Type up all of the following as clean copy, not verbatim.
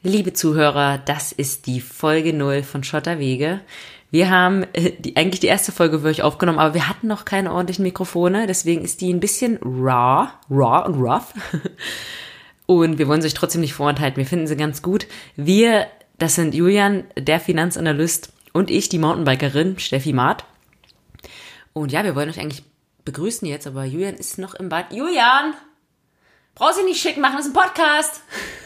Liebe Zuhörer, das ist die Folge 0 von Schotterwege. Wir haben eigentlich die erste Folge für euch aufgenommen, aber wir hatten noch keine ordentlichen Mikrofone, deswegen ist die ein bisschen raw und rough. Und wir wollen sie euch trotzdem nicht vorenthalten, wir finden sie ganz gut. Wir, das sind Julian, der Finanzanalyst, und ich, die Mountainbikerin, Steffi Maat. Und ja, wir wollen euch eigentlich begrüßen jetzt, aber Julian ist noch im Bad. Julian! Brauchst dich nicht schick machen, das ist ein Podcast!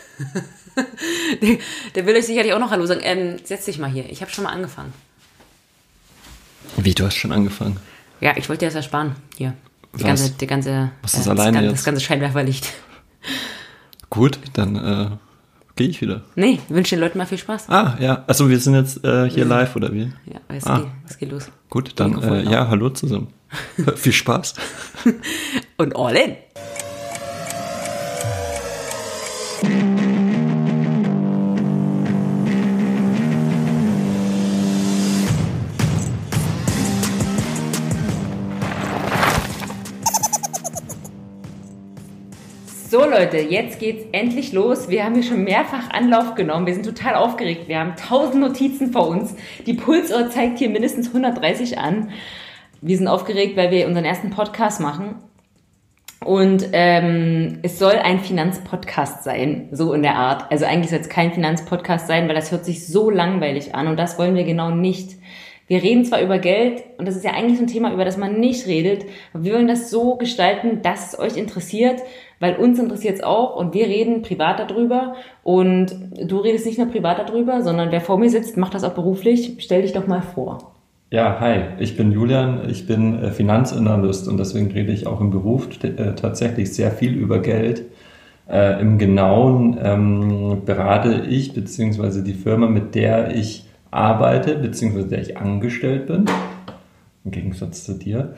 Der will euch sicherlich auch noch Hallo sagen. Setz dich mal hier. Ich habe schon mal angefangen. Wie, du hast schon angefangen? Ja, ich wollte dir das ersparen. Hier. Was ist alleine jetzt? Das ganze Scheinwerferlicht. Gut, dann gehe ich wieder. Nee, ich wünsche den Leuten mal viel Spaß. Ah, ja. Achso, wir sind jetzt hier live, oder wie? Ja, es geht los. Gut, dann hallo zusammen. Viel Spaß. Und all in. So Leute, jetzt geht's endlich los. Wir haben hier schon mehrfach Anlauf genommen. Wir sind total aufgeregt. Wir haben 1000 Notizen vor uns. Die Pulsuhr zeigt hier mindestens 130 an. Wir sind aufgeregt, weil wir unseren ersten Podcast machen. Und es soll ein Finanzpodcast sein, so in der Art. Also eigentlich soll es kein Finanzpodcast sein, weil das hört sich so langweilig an. Und das wollen wir genau nicht. Wir reden zwar über Geld, und das ist ja eigentlich so ein Thema, über das man nicht redet, aber wir wollen das so gestalten, dass es euch interessiert, weil uns interessiert es auch und wir reden privat darüber und du redest nicht nur privat darüber, sondern wer vor mir sitzt, macht das auch beruflich. Stell dich doch mal vor. Ja, hi, ich bin Julian, ich bin Finanzanalyst und deswegen rede ich auch im Beruf tatsächlich sehr viel über Geld. Im Genauen berate ich bzw. die Firma, mit der ich arbeite, beziehungsweise der ich angestellt bin, im Gegensatz zu dir,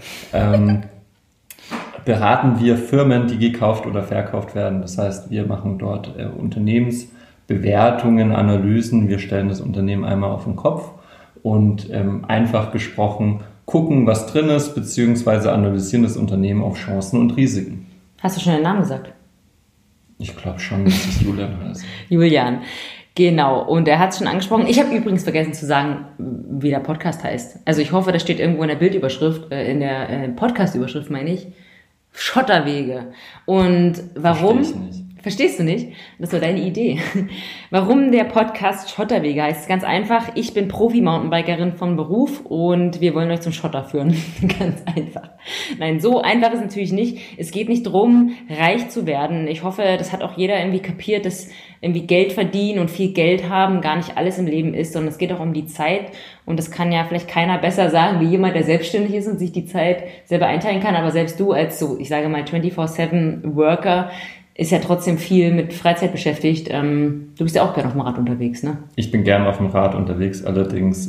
beraten wir Firmen, die gekauft oder verkauft werden. Das heißt, wir machen dort Unternehmensbewertungen, Analysen, wir stellen das Unternehmen einmal auf den Kopf und einfach gesprochen gucken, was drin ist, beziehungsweise analysieren das Unternehmen auf Chancen und Risiken. Hast du schon den Namen gesagt? Ich glaube schon, dass es Julian heißt. Julian. Genau, und er hat es schon angesprochen. Ich habe übrigens vergessen zu sagen, wie der Podcast heißt. Also ich hoffe, das steht irgendwo in der Bildüberschrift, in der Podcast-Überschrift meine ich. Schotterwege. Und warum? Verstehe ich nicht. Verstehst du nicht? Das war deine Idee. Warum der Podcast Schotterwege heißt? Ganz einfach, ich bin Profi-Mountainbikerin von Beruf und wir wollen euch zum Schotter führen. Ganz einfach. Nein, so einfach ist natürlich nicht. Es geht nicht drum, reich zu werden. Ich hoffe, das hat auch jeder irgendwie kapiert, dass irgendwie Geld verdienen und viel Geld haben gar nicht alles im Leben ist, sondern es geht auch um die Zeit. Und das kann ja vielleicht keiner besser sagen, wie jemand, der selbstständig ist und sich die Zeit selber einteilen kann. Aber selbst du als so, ich sage mal 24/7 Worker, ist ja trotzdem viel mit Freizeit beschäftigt. Du bist ja auch gerne auf dem Rad unterwegs, ne? Ich bin gerne auf dem Rad unterwegs, allerdings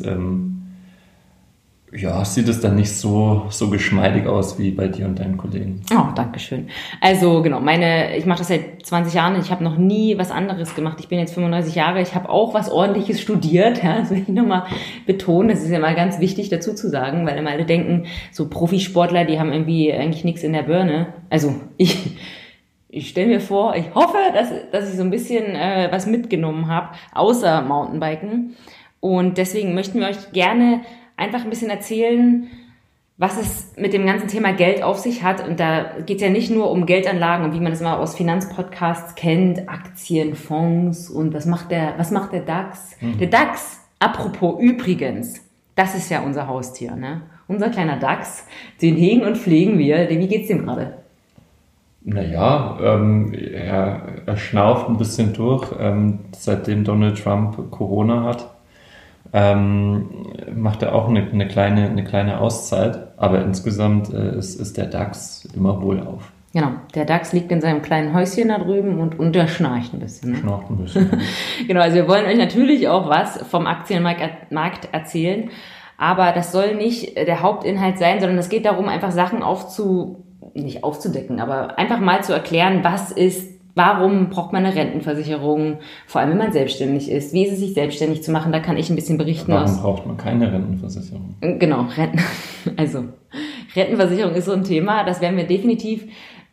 sieht es dann nicht so geschmeidig aus wie bei dir und deinen Kollegen. Oh, danke schön. Also genau, ich mache das seit 20 Jahren, ich habe noch nie was anderes gemacht. Ich bin jetzt 35 Jahre, ich habe auch was Ordentliches studiert, ja, das will ich nochmal betonen. Das ist ja mal ganz wichtig dazu zu sagen, weil immer alle denken, so Profisportler, die haben irgendwie eigentlich nichts in der Birne. Also ich stelle mir vor, ich hoffe, dass ich so ein bisschen was mitgenommen habe, außer Mountainbiken. Und deswegen möchten wir euch gerne einfach ein bisschen erzählen, was es mit dem ganzen Thema Geld auf sich hat. Und da geht es ja nicht nur um Geldanlagen und wie man das immer aus Finanzpodcasts kennt, Aktien, Fonds und was macht der DAX? Der DAX, apropos übrigens, das ist ja unser Haustier, ne? Unser kleiner DAX, den hegen und pflegen wir. Wie geht's dem gerade? Naja, er schnauft ein bisschen durch, seitdem Donald Trump Corona hat. Macht er auch eine kleine Auszeit, aber insgesamt ist der DAX immer wohlauf. Genau, der DAX liegt in seinem kleinen Häuschen da drüben und der schnarcht ein bisschen. Ne? Schnarcht ein bisschen. Genau, also wir wollen euch natürlich auch was vom Aktienmarkt erzählen, aber das soll nicht der Hauptinhalt sein, sondern es geht darum, einfach Sachen nicht aufzudecken, aber einfach mal zu erklären, warum braucht man eine Rentenversicherung, vor allem wenn man selbstständig ist. Wie ist es, sich selbstständig zu machen? Da kann ich ein bisschen berichten. Warum braucht man keine Rentenversicherung? Genau, Rentenversicherung ist so ein Thema, das werden wir definitiv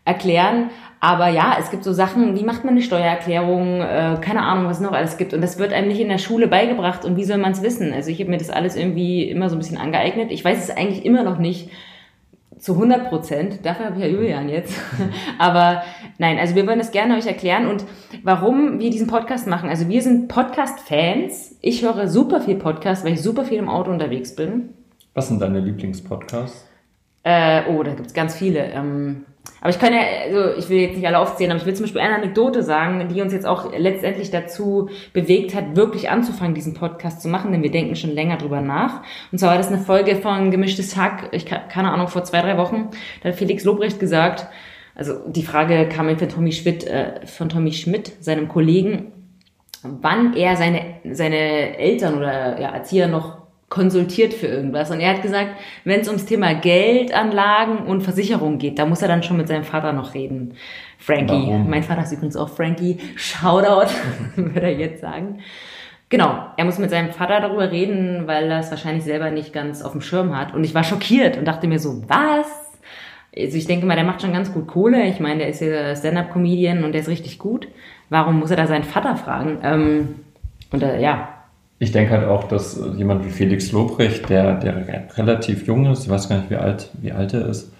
erklären. Aber ja, es gibt so Sachen, wie macht man eine Steuererklärung, keine Ahnung, was es noch alles gibt. Und das wird einem nicht in der Schule beigebracht. Und wie soll man es wissen? Also ich habe mir das alles irgendwie immer so ein bisschen angeeignet. Ich weiß es eigentlich immer noch nicht zu 100%. Dafür habe ich ja Julian jetzt. Aber nein, also wir wollen das gerne euch erklären. Und warum wir diesen Podcast machen. Also wir sind Podcast-Fans. Ich höre super viel Podcast, weil ich super viel im Auto unterwegs bin. Was sind deine Lieblingspodcasts? Da gibt's ganz viele. Aber ich kann ja, also ich will jetzt nicht alle aufzählen, aber ich will zum Beispiel eine Anekdote sagen, die uns jetzt auch letztendlich dazu bewegt hat, wirklich anzufangen, diesen Podcast zu machen, denn wir denken schon länger drüber nach. Und zwar war das eine Folge von Gemischtes Hack, keine Ahnung, vor 2-3 Wochen, da hat Felix Lobrecht gesagt, also die Frage kam mir von Tommy Schmidt, seinem Kollegen, wann er seine Eltern oder Erzieher noch konsultiert für irgendwas. Und er hat gesagt, wenn es ums Thema Geldanlagen und Versicherung geht, da muss er dann schon mit seinem Vater noch reden. Frankie. Warum? Mein Vater ist übrigens auch Frankie. Shoutout, würde er jetzt sagen. Genau, er muss mit seinem Vater darüber reden, weil er es wahrscheinlich selber nicht ganz auf dem Schirm hat. Und ich war schockiert und dachte mir so, was? Also ich denke mal, der macht schon ganz gut Kohle. Ich meine, der ist ja Stand-Up-Comedian und der ist richtig gut. Warum muss er da seinen Vater fragen? Ich denke halt auch, dass jemand wie Felix Lobrecht, der relativ jung ist, ich weiß gar nicht, wie alt er ist,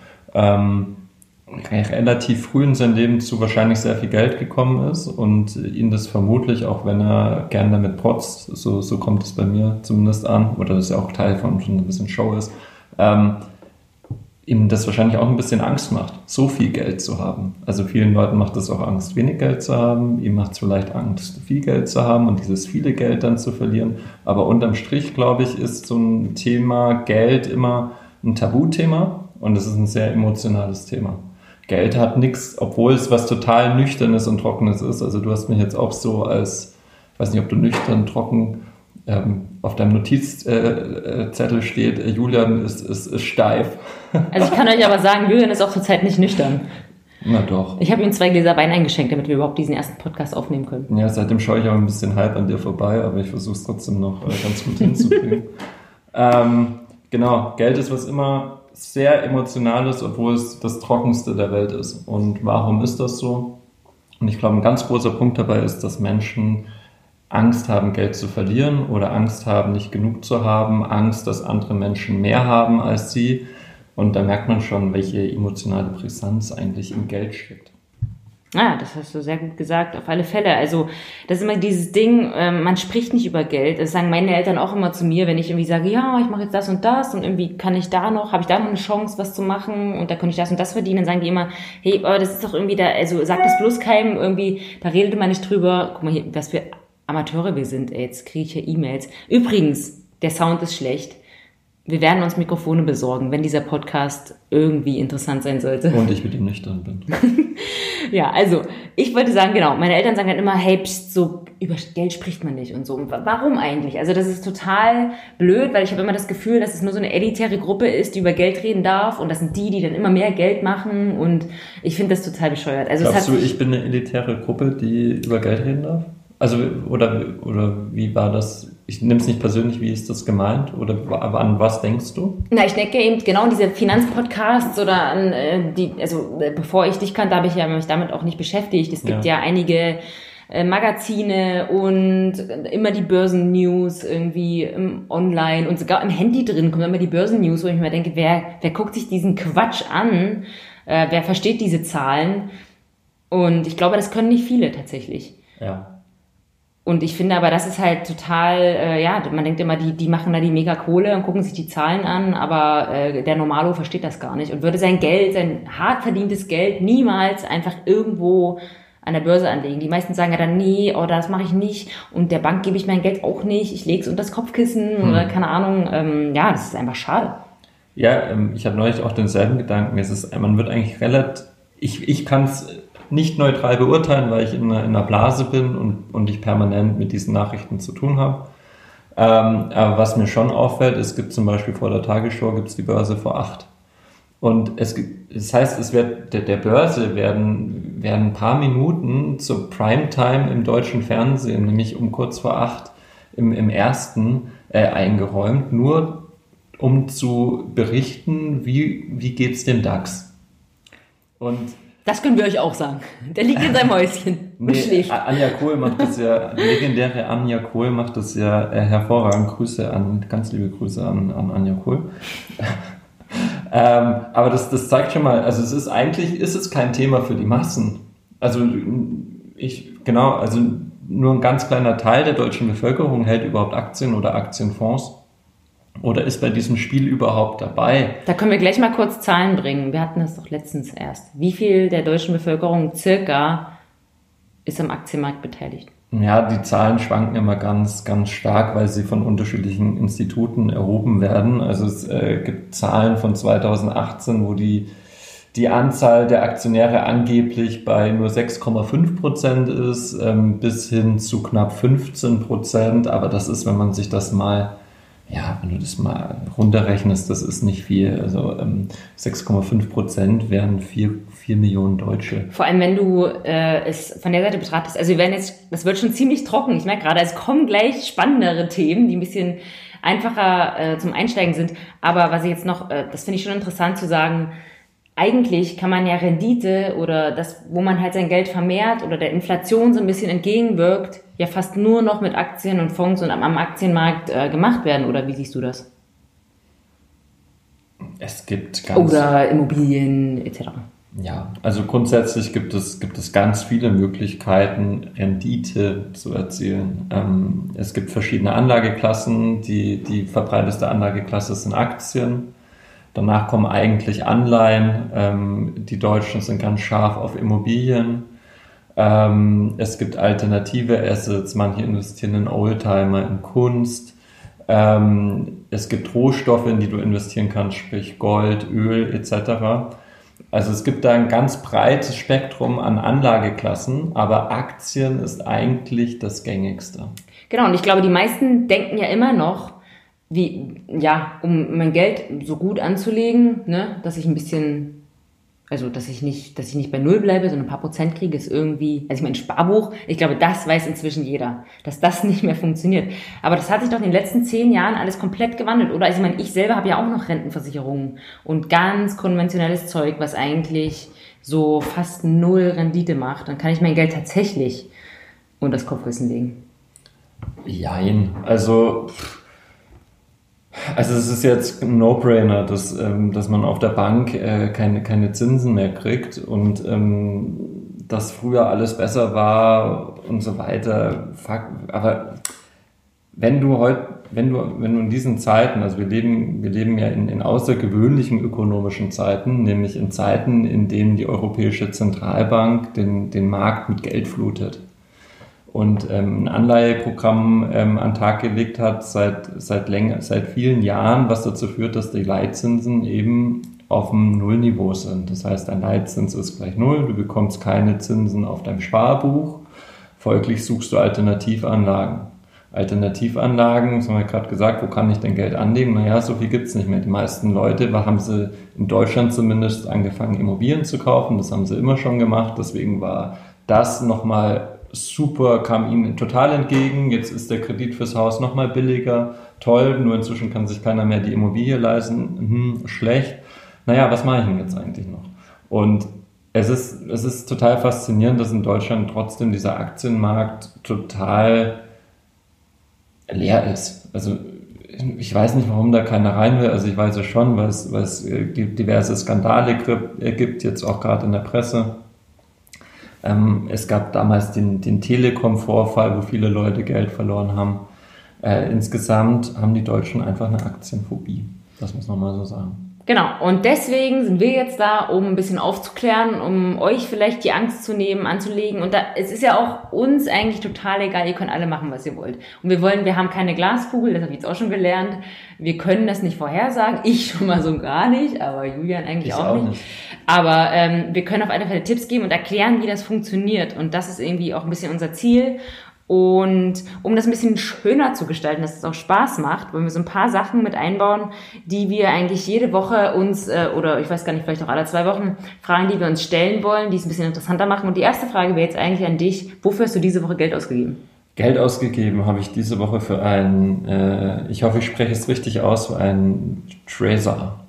relativ früh in sein Leben zu wahrscheinlich sehr viel Geld gekommen ist und ihn das vermutlich, auch wenn er gern damit protzt, so kommt es bei mir zumindest an, oder das ja auch Teil von ein bisschen Show ist, ihm das wahrscheinlich auch ein bisschen Angst macht, so viel Geld zu haben. Also vielen Leuten macht es auch Angst, wenig Geld zu haben. Ihm macht es vielleicht Angst, viel Geld zu haben und dieses viele Geld dann zu verlieren. Aber unterm Strich, glaube ich, ist so ein Thema Geld immer ein Tabuthema und es ist ein sehr emotionales Thema. Geld hat nichts, obwohl es was total Nüchternes und Trockenes ist. Also du hast mich jetzt auch so als, ich weiß nicht, ob du nüchtern, trocken, auf deinem Notizzettel steht, Julian ist steif. Also ich kann euch aber sagen, Julian ist auch zurzeit nicht nüchtern. Na doch. Ich habe ihm 2 Gläser Wein eingeschenkt, damit wir überhaupt diesen ersten Podcast aufnehmen können. Ja, seitdem schaue ich auch ein bisschen halb an dir vorbei, aber ich versuche es trotzdem noch ganz gut hinzukriegen. Genau, Geld ist was immer sehr Emotionales, obwohl es das Trockenste der Welt ist. Und warum ist das so? Und ich glaube, ein ganz großer Punkt dabei ist, dass Menschen Angst haben, Geld zu verlieren oder Angst haben, nicht genug zu haben, Angst, dass andere Menschen mehr haben als sie. Und da merkt man schon, welche emotionale Brisanz eigentlich im Geld steckt. Das hast du sehr gut gesagt, auf alle Fälle. Also das ist immer dieses Ding, man spricht nicht über Geld. Das sagen meine Eltern auch immer zu mir, wenn ich irgendwie sage, ja, ich mache jetzt das und das und irgendwie habe ich da noch eine Chance, was zu machen und da könnte ich das und das verdienen. Dann sagen die immer, hey, aber das ist doch irgendwie da, also sag das bloß keinem, irgendwie, da redet man nicht drüber. Guck mal hier, was für Amateure wir sind, jetzt kriege ich hier E-Mails. Übrigens, der Sound ist schlecht. Wir werden uns Mikrofone besorgen, wenn dieser Podcast irgendwie interessant sein sollte. Und ich mit ihm nüchtern bin. Ja, also ich wollte sagen, genau, meine Eltern sagen dann immer, hey, pst, so über Geld spricht man nicht und so. Und warum eigentlich? Also das ist total blöd, weil ich habe immer das Gefühl, dass es nur so eine elitäre Gruppe ist, die über Geld reden darf. Und das sind die dann immer mehr Geld machen. Und ich finde das total bescheuert. Also glaubst du, ich bin eine elitäre Gruppe, die über Geld reden darf? Also, oder wie war das? Ich nehme es nicht persönlich, wie ist das gemeint? Oder an was denkst du? Na, ich denke eben genau an diese Finanzpodcasts oder an bevor ich dich kannte, habe ich mich damit auch nicht beschäftigt. Es gibt ja einige Magazine und immer die Börsennews irgendwie online und sogar im Handy drin kommen immer die Börsennews, wo ich mir denke, wer guckt sich diesen Quatsch an? Wer versteht diese Zahlen? Und ich glaube, das können nicht viele tatsächlich. Ja. Und ich finde aber, das ist halt total, man denkt immer, die machen da die mega Kohle und gucken sich die Zahlen an, aber der Normalo versteht das gar nicht und würde sein hart verdientes Geld niemals einfach irgendwo an der Börse anlegen. Die meisten sagen ja dann, nee, oder das mache ich nicht und der Bank gebe ich mein Geld auch nicht, ich lege es unter das Kopfkissen oder keine Ahnung. Das ist einfach schade. Ja, ich habe neulich auch denselben Gedanken. Man wird eigentlich ich kann es nicht neutral beurteilen, weil ich in einer Blase bin und ich permanent mit diesen Nachrichten zu tun habe. Aber was mir schon auffällt, es gibt zum Beispiel vor der Tagesschau gibt's die Börse vor 8. Und das heißt, es wird der Börse werden ein paar Minuten zur Primetime im deutschen Fernsehen, nämlich um kurz vor 8 im ersten eingeräumt, nur um zu berichten, wie geht's dem DAX. Und Das können wir euch auch sagen. Der liegt in seinem Häuschen und schläft. Anja Kohl macht das ja, die legendäre Anja Kohl macht das ja hervorragend. Ganz liebe Grüße an Anja Kohl. Aber das zeigt schon mal, also ist es kein Thema für die Massen. Also nur ein ganz kleiner Teil der deutschen Bevölkerung hält überhaupt Aktien oder Aktienfonds oder ist bei diesem Spiel überhaupt dabei. Da können wir gleich mal kurz Zahlen bringen. Wir hatten das doch letztens erst. Wie viel der deutschen Bevölkerung circa ist am Aktienmarkt beteiligt? Ja, die Zahlen schwanken immer ganz, ganz stark, weil sie von unterschiedlichen Instituten erhoben werden. Also es gibt Zahlen von 2018, wo die Anzahl der Aktionäre angeblich bei nur 6,5% ist, bis hin zu knapp 15%. Aber das ist, wenn du das mal runterrechnest, das ist nicht viel. Also 6,5% wären 4 Millionen Deutsche. Vor allem, wenn du es von der Seite betrachtest, also das wird schon ziemlich trocken. Ich merke gerade, es kommen gleich spannendere Themen, die ein bisschen einfacher zum Einsteigen sind. Aber was ich jetzt noch, das finde ich schon interessant zu sagen, eigentlich kann man ja Rendite oder das, wo man halt sein Geld vermehrt oder der Inflation so ein bisschen entgegenwirkt, ja fast nur noch mit Aktien und Fonds und am Aktienmarkt gemacht werden. Oder wie siehst du das? Es gibt oder Immobilien etc. Ja, also grundsätzlich gibt es ganz viele Möglichkeiten, Rendite zu erzielen. Es gibt verschiedene Anlageklassen. Die verbreiteste Anlageklasse sind Aktien. Danach kommen eigentlich Anleihen. Die Deutschen sind ganz scharf auf Immobilien. Es gibt alternative Assets. Manche investieren in Oldtimer, in Kunst. Es gibt Rohstoffe, in die du investieren kannst, sprich Gold, Öl etc. Also es gibt da ein ganz breites Spektrum an Anlageklassen, aber Aktien ist eigentlich das Gängigste. Genau, und ich glaube, die meisten denken ja immer noch, um mein Geld so gut anzulegen, ne, dass ich ein bisschen, also dass ich nicht bei Null bleibe, sondern ein paar Prozent kriege, ist irgendwie, also ich meine Sparbuch, ich glaube, das weiß inzwischen jeder, dass das nicht mehr funktioniert. Aber das hat sich doch in den letzten 10 Jahren alles komplett gewandelt, oder? Also ich selber habe ja auch noch Rentenversicherungen und ganz konventionelles Zeug, was eigentlich so fast 0 Rendite macht. Dann kann ich mein Geld tatsächlich unter das Kopfkissen legen. Jein, also es ist jetzt ein No-Brainer, dass man auf der Bank keine Zinsen mehr kriegt und dass früher alles besser war und so weiter. Aber wenn du in diesen Zeiten, also wir leben ja in außergewöhnlichen ökonomischen Zeiten, nämlich in Zeiten, in denen die Europäische Zentralbank den Markt mit Geld flutet und ein Anleiheprogramm an den Tag gelegt hat seit vielen Jahren, was dazu führt, dass die Leitzinsen eben auf dem Nullniveau sind. Das heißt, ein Leitzins ist gleich Null, du bekommst keine Zinsen auf deinem Sparbuch, folglich suchst du Alternativanlagen. Alternativanlagen, das haben wir gerade gesagt, wo kann ich denn Geld anlegen? Naja, so viel gibt es nicht mehr. Die meisten Leute haben sie in Deutschland zumindest angefangen, Immobilien zu kaufen, das haben sie immer schon gemacht, deswegen war das nochmal super, kam ihnen total entgegen. Jetzt ist der Kredit fürs Haus nochmal billiger. Toll, nur inzwischen kann sich keiner mehr die Immobilie leisten. Schlecht. Naja, was mache ich denn jetzt eigentlich noch? Und es ist total faszinierend, dass in Deutschland trotzdem dieser Aktienmarkt total leer ist. Also ich weiß nicht, warum da keiner rein will. Also ich weiß es schon, weil es diverse Skandale gibt, jetzt auch gerade in der Presse. Es gab damals den Telekom-Vorfall, wo viele Leute Geld verloren haben. Insgesamt haben die Deutschen einfach eine Aktienphobie. Das muss man mal so sagen. Genau, und deswegen sind wir jetzt da, um ein bisschen aufzuklären, um euch vielleicht die Angst zu nehmen, anzulegen. Und es ist ja auch uns eigentlich total egal, ihr könnt alle machen, was ihr wollt. Und wir haben keine Glaskugel, das habe ich jetzt auch schon gelernt. Wir können das nicht vorhersagen, ich schon mal so gar nicht, aber Julian eigentlich auch nicht. Aber wir können auf alle Fälle Tipps geben und erklären, wie das funktioniert. Und das ist irgendwie auch ein bisschen unser Ziel. Und um das ein bisschen schöner zu gestalten, dass es auch Spaß macht, wollen wir so ein paar Sachen mit einbauen, die wir eigentlich jede Woche uns, oder ich weiß gar nicht, vielleicht auch alle 2 Wochen, Fragen, die wir uns stellen wollen, die es ein bisschen interessanter machen. Und die erste Frage wäre jetzt eigentlich an dich: Wofür hast du diese Woche Geld ausgegeben? Geld ausgegeben habe ich diese Woche für ich hoffe, ich spreche es richtig aus, für einen Trezor.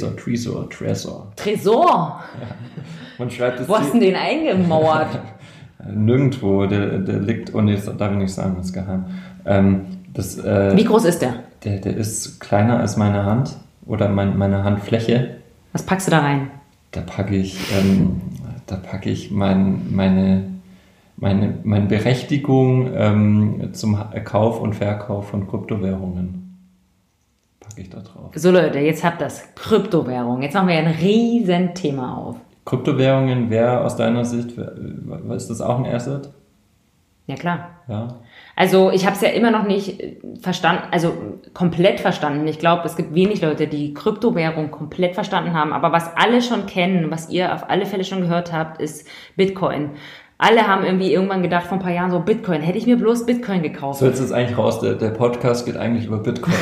Tresor? Man schreibt es. Wo hast du den eingemauert? Nirgendwo, der liegt, das darf ich nicht sagen, das ist geheim. Wie groß ist der? Der ist kleiner als meine Hand oder meine Handfläche. Was packst du da rein? Da packe ich meine Berechtigung zum Kauf und Verkauf von Kryptowährungen. Packe ich da drauf. So Leute, jetzt habt das. Kryptowährung. Jetzt machen wir ein riesen Thema auf. Kryptowährungen wäre aus deiner Sicht, ist das auch ein Asset? Ja, klar. Ja. Also ich habe es ja immer noch nicht verstanden, also komplett verstanden. Ich glaube, es gibt wenig Leute, die Kryptowährung komplett verstanden haben. Aber was alle schon kennen, was ihr auf alle Fälle schon gehört habt, ist Bitcoin. Alle haben irgendwie irgendwann gedacht, vor ein paar Jahren so, Bitcoin, hätte ich mir bloß Bitcoin gekauft. So, jetzt ist eigentlich raus, der Podcast geht eigentlich über Bitcoin.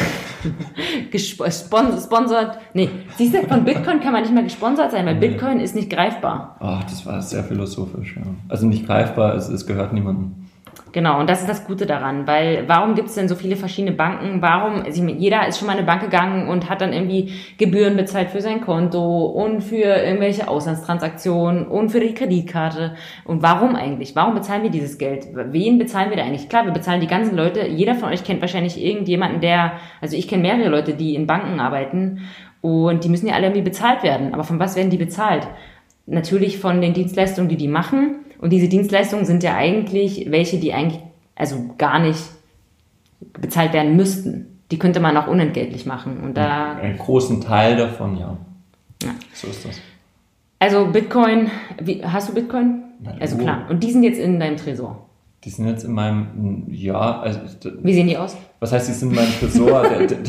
Gesponsert, nee, siehst du, von Bitcoin kann man nicht mehr gesponsert sein, weil Bitcoin ist nicht greifbar. Ach, das war sehr philosophisch, ja. Also nicht greifbar, es gehört niemandem. Genau, und das ist das Gute daran, weil warum gibt es denn so viele verschiedene Banken? Jeder ist schon mal in eine Bank gegangen und hat dann irgendwie Gebühren bezahlt für sein Konto und für irgendwelche Auslandstransaktionen und für die Kreditkarte. Und warum eigentlich? Warum bezahlen wir dieses Geld? Wen bezahlen wir da eigentlich? Klar, wir bezahlen die ganzen Leute. Jeder von euch kennt wahrscheinlich irgendjemanden, also ich kenne mehrere Leute, die in Banken arbeiten und die müssen ja alle irgendwie bezahlt werden. Aber von was werden die bezahlt? Natürlich von den Dienstleistungen, die machen. Und diese Dienstleistungen sind ja eigentlich welche, die eigentlich also gar nicht bezahlt werden müssten. Die könnte man auch unentgeltlich machen. Und da einen großen Teil davon, ja. So ist das. Also Bitcoin, hast du Bitcoin? Also klar. Und die sind jetzt in deinem Tresor? Die sind jetzt in meinem, ja. Also, wie sehen die aus? Was heißt, die sind in meinem Tresor?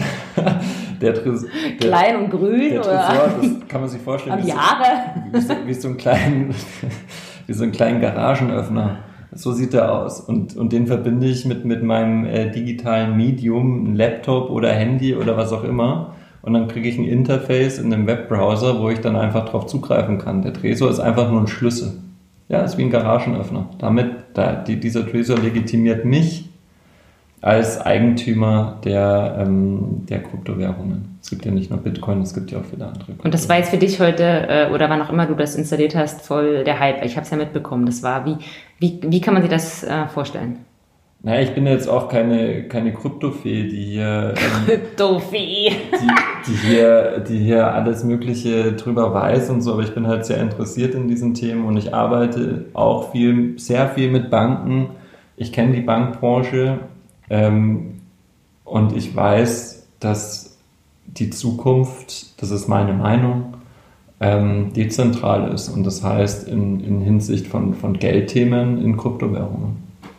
Der Tresor, klein und grün? Der Tresor, das kann man sich vorstellen. Haben die Haare? Wie so einen kleinen Garagenöffner. So sieht der aus. Und den verbinde ich mit meinem digitalen Medium, ein Laptop oder Handy oder was auch immer. Und dann kriege ich ein Interface in einem Webbrowser, wo ich dann einfach drauf zugreifen kann. Der Tresor ist einfach nur ein Schlüssel. Ja, ist wie ein Garagenöffner. Dieser Tresor legitimiert mich als Eigentümer der Kryptowährungen. Es gibt ja nicht nur Bitcoin, es gibt ja auch viele andere. Und das war jetzt für dich heute, oder wann auch immer du das installiert hast, voll der Hype. Ich habe es ja mitbekommen. Das war, wie kann man sich das vorstellen? Naja, ich bin jetzt auch keine Kryptofee, die hier... Kryptofee! Die hier alles Mögliche drüber weiß und so, aber ich bin halt sehr interessiert in diesen Themen und ich arbeite auch sehr viel mit Banken. Ich kenne die Bankbranche und ich weiß, dass die Zukunft, das ist meine Meinung, dezentral ist und das heißt in Hinsicht von Geldthemen in Kryptowährungen.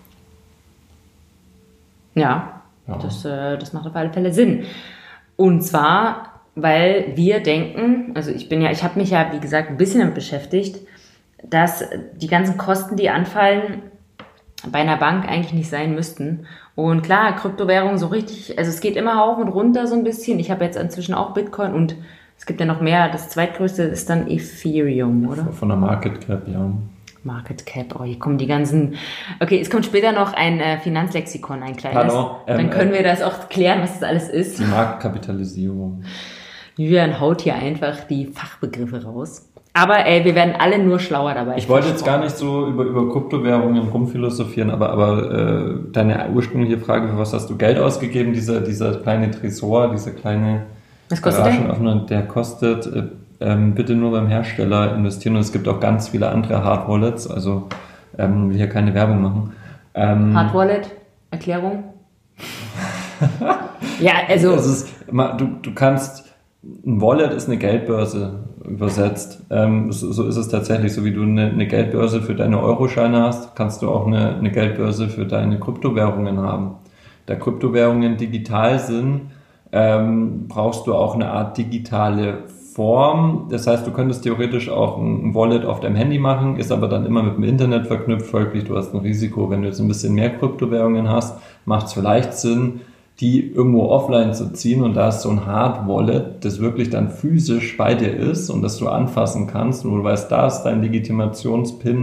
Ja. Das macht auf alle Fälle Sinn. Und zwar, weil wir denken, also ich habe mich ja, wie gesagt, ein bisschen damit beschäftigt, dass die ganzen Kosten, die anfallen, bei einer Bank eigentlich nicht sein müssten. Und klar, Kryptowährungen so richtig, also es geht immer hoch und runter so ein bisschen. Ich habe jetzt inzwischen auch Bitcoin und es gibt ja noch mehr. Das zweitgrößte ist dann Ethereum, oder? Von der Market Cap, ja. Market Cap, hier kommen die ganzen... Okay, es kommt später noch ein Finanzlexikon, ein kleines. Pardon, dann können wir das auch klären, was das alles ist. Die Marktkapitalisierung. Julian haut hier einfach die Fachbegriffe raus. Aber wir werden alle nur schlauer dabei. Ich wollte jetzt gar nicht so über Kryptowährungen rumphilosophieren, aber deine ursprüngliche Frage, für was hast du Geld ausgegeben? Dieser kleine Tresor, dieser kleine was kostet Garagenöffner, der kostet... bitte nur beim Hersteller investieren und es gibt auch ganz viele andere Hard Wallets, also will hier keine Werbung machen. Hard Wallet, Erklärung? Ja, also... Du kannst, ein Wallet ist eine Geldbörse übersetzt. So ist es tatsächlich, so wie du eine Geldbörse für deine Euroscheine hast, kannst du auch eine Geldbörse für deine Kryptowährungen haben. Da Kryptowährungen digital sind, brauchst du auch eine Art digitale Form. Das heißt, du könntest theoretisch auch ein Wallet auf deinem Handy machen, ist aber dann immer mit dem Internet verknüpft. Folglich, du hast ein Risiko. Wenn du jetzt ein bisschen mehr Kryptowährungen hast, macht es vielleicht Sinn, die irgendwo offline zu ziehen und da ist so ein Hard Wallet, das wirklich dann physisch bei dir ist und das du anfassen kannst und du weißt, da ist dein Legitimationspin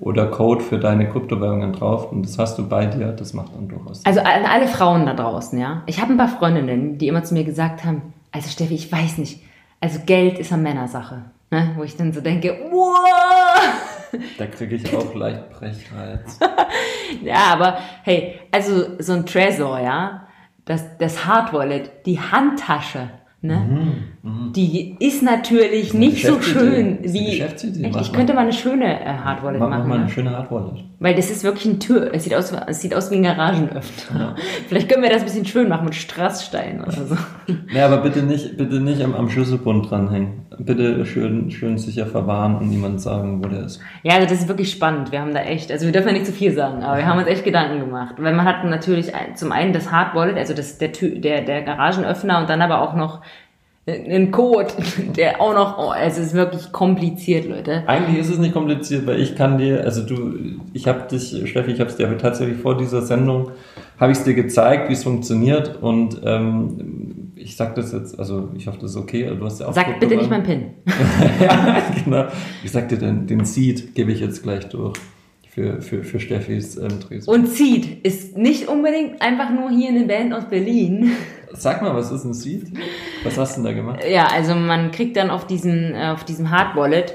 oder Code für deine Kryptowährungen drauf und das hast du bei dir, das macht dann durchaus Sinn. Also an alle Frauen da draußen, ja. Ich habe ein paar Freundinnen, die immer zu mir gesagt haben, also Steffi, ich weiß nicht, also Geld ist eine Männersache. Ne? Wo ich dann so denke, wow! Da kriege ich auch leicht Brechreiz. Ja, aber hey, also so ein Trezor, ja, das Hard Wallet, die Handtasche, ne? Die ist natürlich nicht so schön wie. Ich könnte mal eine schöne Hard Wallet machen. Mach mal eine schöne Hard Wallet. Weil das ist wirklich eine Tür. Es sieht aus wie ein Garagenöffner. Ja. Vielleicht können wir das ein bisschen schön machen mit Strassstein oder so. Ja, aber bitte nicht am Schlüsselbund dranhängen. Bitte schön sicher verwahren und niemand sagen, wo der ist. Ja, also das ist wirklich spannend. Wir haben da echt, also wir dürfen ja nicht zu viel sagen, aber wir haben uns echt Gedanken gemagemacht. Weil man hat natürlich zum einen das Hard Wallet, also der Garagenöffner und dann aber auch noch einen Code, der auch noch, es ist wirklich kompliziert, Leute. Eigentlich ist es nicht kompliziert, weil ich kann dir, ich habe dich, Steffi, ich habe es dir tatsächlich vor dieser Sendung, habe ich es dir gezeigt, wie es funktioniert und ich sag das jetzt, also ich hoffe, das ist okay. Du hast ja auch sag bitte nicht mein PIN. Ja, genau. Ich sag dir, den Seed gebe ich jetzt gleich durch. Für Steffis Drehs. Und Seed ist nicht unbedingt einfach nur hier eine Band aus Berlin. Sag mal, was ist ein Seed? Was hast du denn da gemacht? Ja, also man kriegt dann auf diesem Hard Wallet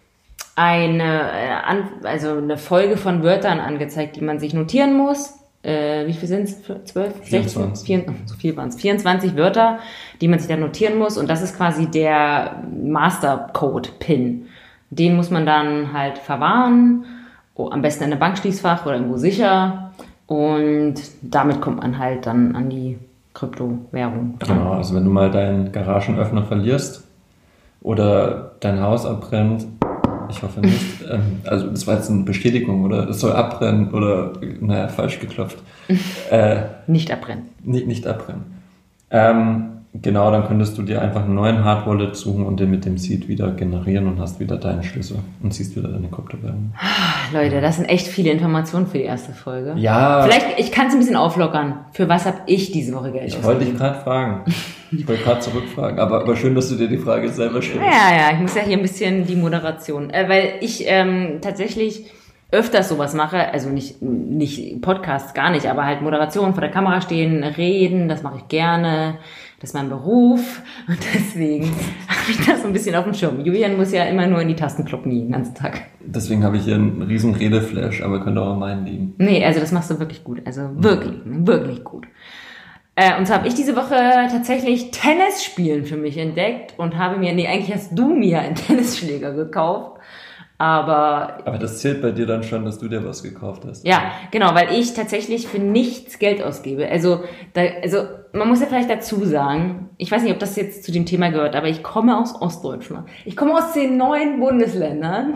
eine Folge von Wörtern angezeigt, die man sich notieren muss. Wie viel sind es? 12? 16? 24. So viel waren es. 24 Wörter, die man sich dann notieren muss. Und das ist quasi der Mastercode-Pin. Den muss man dann halt verwahren. Am besten in einem Bankschließfach oder irgendwo sicher. Und damit kommt man halt dann an die Kryptowährung dran. Genau, also wenn du mal deinen Garagenöffner verlierst oder dein Haus abbrennt, ich hoffe nicht, also das war jetzt eine Bestätigung, oder es soll abbrennen oder, naja, falsch geklopft. Nicht abbrennen. Nicht abbrennen. Genau, dann könntest du dir einfach einen neuen Hard Wallet suchen und den mit dem Seed wieder generieren und hast wieder deinen Schlüssel und siehst wieder deine Kryptowährung. Leute, das sind echt viele Informationen für die erste Folge. Ja. Vielleicht, ich kann es ein bisschen auflockern. Für was habe ich diese Woche Geld ausgegeben? Ich wollte dich gerade fragen. Ich wollte gerade zurückfragen. Aber schön, dass du dir die Frage selber stellst. Ja, ich muss ja hier ein bisschen die Moderation. Weil ich tatsächlich öfters sowas mache, also nicht Podcasts, gar nicht, aber halt Moderation, vor der Kamera stehen, reden, das mache ich gerne. Das ist mein Beruf und deswegen habe ich das so ein bisschen auf dem Schirm. Julian muss ja immer nur in die Tasten kloppen den ganzen Tag. Deswegen habe ich hier einen riesen Redeflash, aber könnte auch an meinen liegen. Nee, also das machst du wirklich gut. Also wirklich gut. Und so habe ich diese Woche tatsächlich Tennis spielen für mich entdeckt und habe mir, eigentlich hast du mir einen Tennisschläger gekauft. Aber das zählt bei dir dann schon, dass du dir was gekauft hast. Ja, genau, weil ich tatsächlich für nichts Geld ausgebe. Also man muss ja vielleicht dazu sagen, ich weiß nicht, ob das jetzt zu dem Thema gehört, aber ich komme aus Ostdeutschland. Ich komme aus den 9 Bundesländern.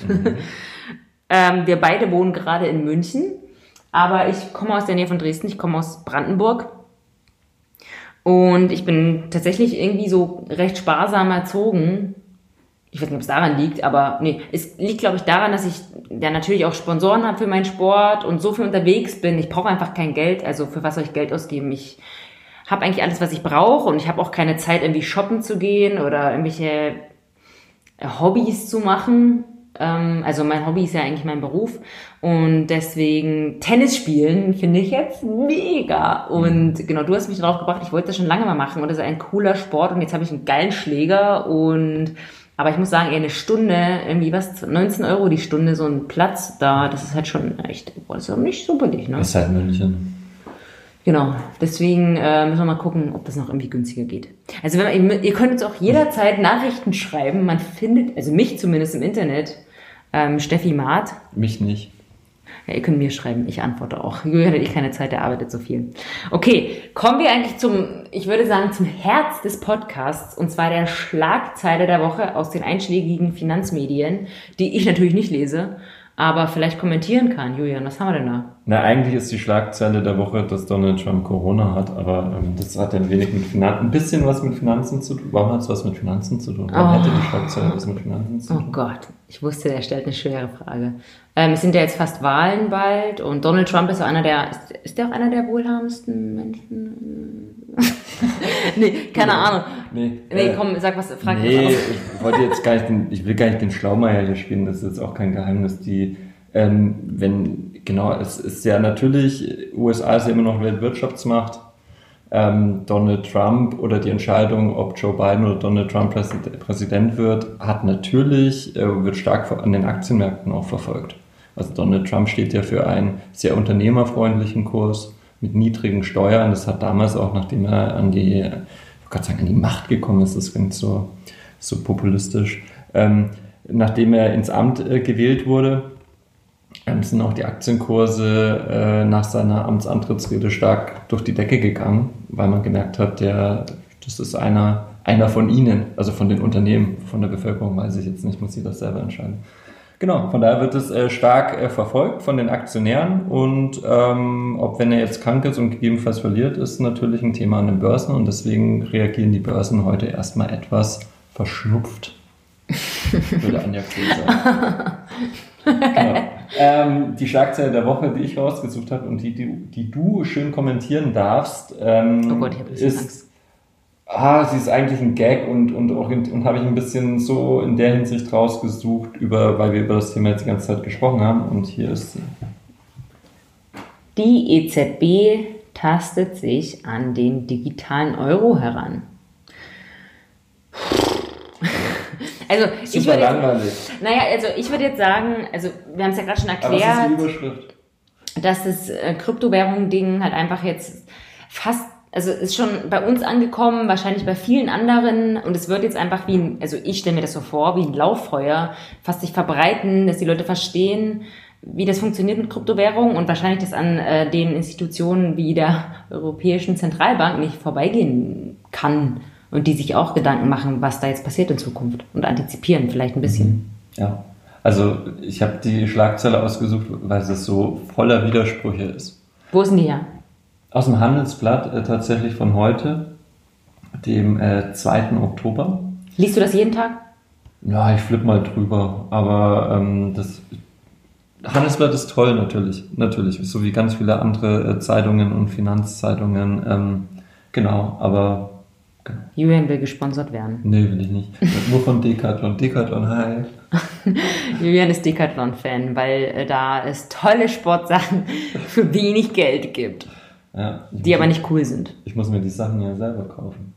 Wir beide wohnen gerade in München, aber ich komme aus der Nähe von Dresden, ich komme aus Brandenburg. Und ich bin tatsächlich irgendwie so recht sparsam erzogen. Ich weiß nicht, ob es daran liegt, aber nee, es liegt, glaube ich, daran, dass ich ja natürlich auch Sponsoren habe für meinen Sport und so viel unterwegs bin. Ich brauche einfach kein Geld, also für was soll ich Geld ausgeben? Ich habe eigentlich alles, was ich brauche und ich habe auch keine Zeit, irgendwie shoppen zu gehen oder irgendwelche Hobbys zu machen. Also mein Hobby ist ja eigentlich mein Beruf und deswegen Tennis spielen finde ich jetzt mega. Und genau, du hast mich darauf gebracht, ich wollte das schon lange mal machen und das ist ein cooler Sport und jetzt habe ich einen geilen Schläger aber ich muss sagen, eine Stunde, irgendwie 19 € die Stunde, so ein Platz da, das ist halt schon echt, das ist auch nicht so billig, ne? Das ist halt München. Genau, deswegen müssen wir mal gucken, ob das noch irgendwie günstiger geht. Also ihr könnt uns auch jederzeit Nachrichten schreiben, man findet, also mich zumindest im Internet, Steffi Maat. Mich nicht. Ja, ihr könnt mir schreiben, ich antworte auch. Julian hat keine Zeit, der arbeitet so viel. Okay, kommen wir eigentlich ich würde sagen, zum Herz des Podcasts, und zwar der Schlagzeile der Woche aus den einschlägigen Finanzmedien, die ich natürlich nicht lese, aber vielleicht kommentieren kann. Julian, was haben wir denn da? Na, eigentlich ist die Schlagzeile der Woche, dass Donald Trump Corona hat, aber das hat ein wenig mit ein bisschen was mit Finanzen zu tun. Warum hat es was mit Finanzen zu tun? Warum hätte die Schlagzeile was mit Finanzen zu tun? Oh Gott, ich wusste, er stellt eine schwere Frage. Es sind ja jetzt fast Wahlen bald und Donald Trump ist auch ist der auch einer der wohlhabendsten Menschen? Nee, keine Ahnung. Nee, komm, sag was, frag was aus. Ich will gar nicht den Schlaumeier hier spielen, das ist jetzt auch kein Geheimnis. Die Es ist ja natürlich, USA ist ja immer noch Weltwirtschaftsmacht. Donald Trump oder die Entscheidung, ob Joe Biden oder Donald Trump Präsident wird, wird stark an den Aktienmärkten auch verfolgt. Also Donald Trump steht ja für einen sehr unternehmerfreundlichen Kurs mit niedrigen Steuern. Das hat damals auch, nachdem er an die Macht gekommen ist, das klingt so populistisch, nachdem er ins Amt gewählt wurde, sind auch die Aktienkurse nach seiner Amtsantrittsrede stark durch die Decke gegangen, weil man gemerkt hat, das ist einer von ihnen, also von den Unternehmen, von der Bevölkerung, weiß ich jetzt nicht, muss jeder selber entscheiden. Genau, von daher wird es stark verfolgt von den Aktionären und wenn er jetzt krank ist und gegebenenfalls verliert, ist natürlich ein Thema an den Börsen und deswegen reagieren die Börsen heute erstmal etwas verschnupft, würde Anja Kohl sagen. Genau. Die Schlagzeile der Woche, die ich rausgesucht habe und die du schön kommentieren darfst, oh Gott, ich habe ein bisschen Angst. Sie ist eigentlich ein Gag und habe ich ein bisschen so in der Hinsicht rausgesucht, weil wir über das Thema jetzt die ganze Zeit gesprochen haben und hier ist sie. Die EZB tastet sich an den digitalen Euro heran. Also ich würde jetzt sagen, wir haben es ja gerade schon erklärt, aber was ist die Überschrift? Dass das Kryptowährung-Ding halt einfach jetzt ist schon bei uns angekommen, wahrscheinlich bei vielen anderen und es wird jetzt einfach ich stelle mir das so vor, wie ein Lauffeuer fast sich verbreiten, dass die Leute verstehen, wie das funktioniert mit Kryptowährung und wahrscheinlich das an den Institutionen wie der Europäischen Zentralbank nicht vorbeigehen kann. Und die sich auch Gedanken machen, was da jetzt passiert in Zukunft und antizipieren vielleicht ein bisschen. Ja, also ich habe die Schlagzeile ausgesucht, weil es so voller Widersprüche ist. Wo ist denn die her? Aus dem Handelsblatt tatsächlich von heute, dem 2. Oktober. Liest du das jeden Tag? Ja, ich flippe mal drüber, aber das Handelsblatt ist toll natürlich, so wie ganz viele andere Zeitungen und Finanzzeitungen, genau, aber... Julian will gesponsert werden. Nee, will ich nicht. Nur von Decathlon. Decathlon, hi. Julian ist Decathlon-Fan, weil da es tolle Sportsachen für wenig Geld gibt. Ja, die aber nicht cool sind. Ich muss mir die Sachen ja selber kaufen.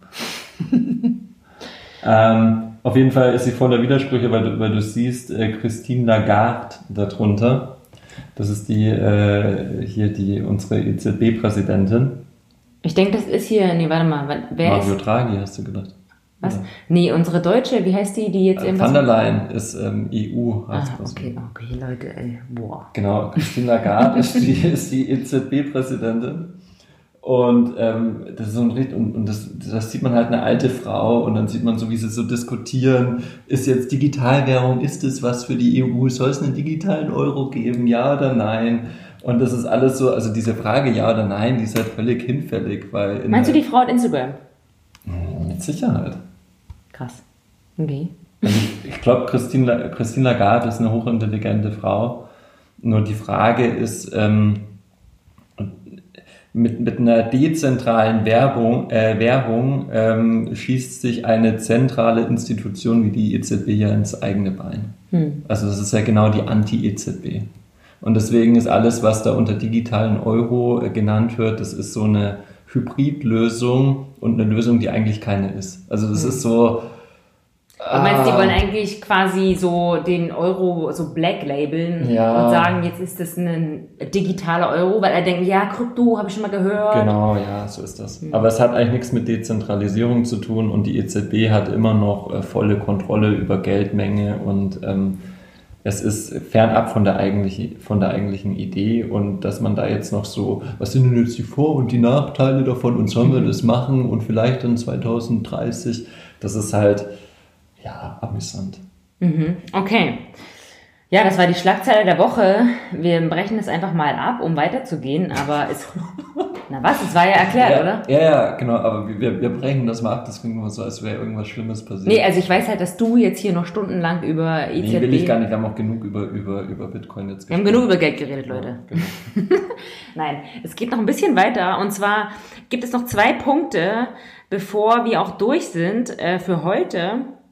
Auf jeden Fall ist sie voller Widersprüche, weil du siehst Christine Lagarde darunter. Das ist unsere EZB-Präsidentin. Ich denke, das ist hier, Mario Draghi, hast du gedacht? Was? Ja. Nee, unsere Deutsche, wie heißt die jetzt Van der Leyen ist EU-Ratspräsidentin. Okay, Leute, ey, boah. Genau, Christine Lagarde ist die EZB-Präsidentin. Und das ist so das sieht man halt eine alte Frau und dann sieht man so, wie sie so diskutieren, ist jetzt Digitalwährung, ist es was für die EU, soll es einen digitalen Euro geben, ja oder nein? Und das ist alles so, also diese Frage ja oder nein, die ist halt völlig hinfällig, weil... Meinst du, die Frau hat Instagram? Mit Sicherheit. Krass. Okay. Also ich glaube, Christine Lagarde ist eine hochintelligente Frau. Nur die Frage ist, mit einer dezentralen Währung schießt sich eine zentrale Institution wie die EZB ja ins eigene Bein. Also das ist ja genau die Anti-EZB. Und deswegen ist alles, was da unter digitalen Euro genannt wird, das ist so eine Hybridlösung und eine Lösung, die eigentlich keine ist. Also das ist so... Du meinst, die wollen eigentlich quasi so den Euro so black labeln und sagen, jetzt ist das ein digitaler Euro, weil er denkt, ja, Krypto, habe ich schon mal gehört. Genau, ja, so ist das. Aber es hat eigentlich nichts mit Dezentralisierung zu tun und die EZB hat immer noch volle Kontrolle über Geldmenge und es ist fernab von der eigentlichen Idee und dass man da jetzt noch so, was sind denn jetzt die Vor- und die Nachteile davon und sollen wir das machen und vielleicht dann 2030, das ist halt... Ja, amüsant. Okay. Ja, das war die Schlagzeile der Woche. Wir brechen das einfach mal ab, um weiterzugehen, aber es... Na was, es war ja erklärt, oder? Ja, genau, aber wir brechen das mal ab, das klingt immer so, als wäre irgendwas Schlimmes passiert. Nee, also ich weiß halt, dass du jetzt hier noch stundenlang über EZB... Nee, will ich gar nicht, wir haben auch genug über Bitcoin jetzt gesprochen. Wir haben genug über Geld geredet, Leute. Ja, genau. Nein, es geht noch ein bisschen weiter und zwar gibt es noch 2 Punkte, bevor wir auch durch sind für heute.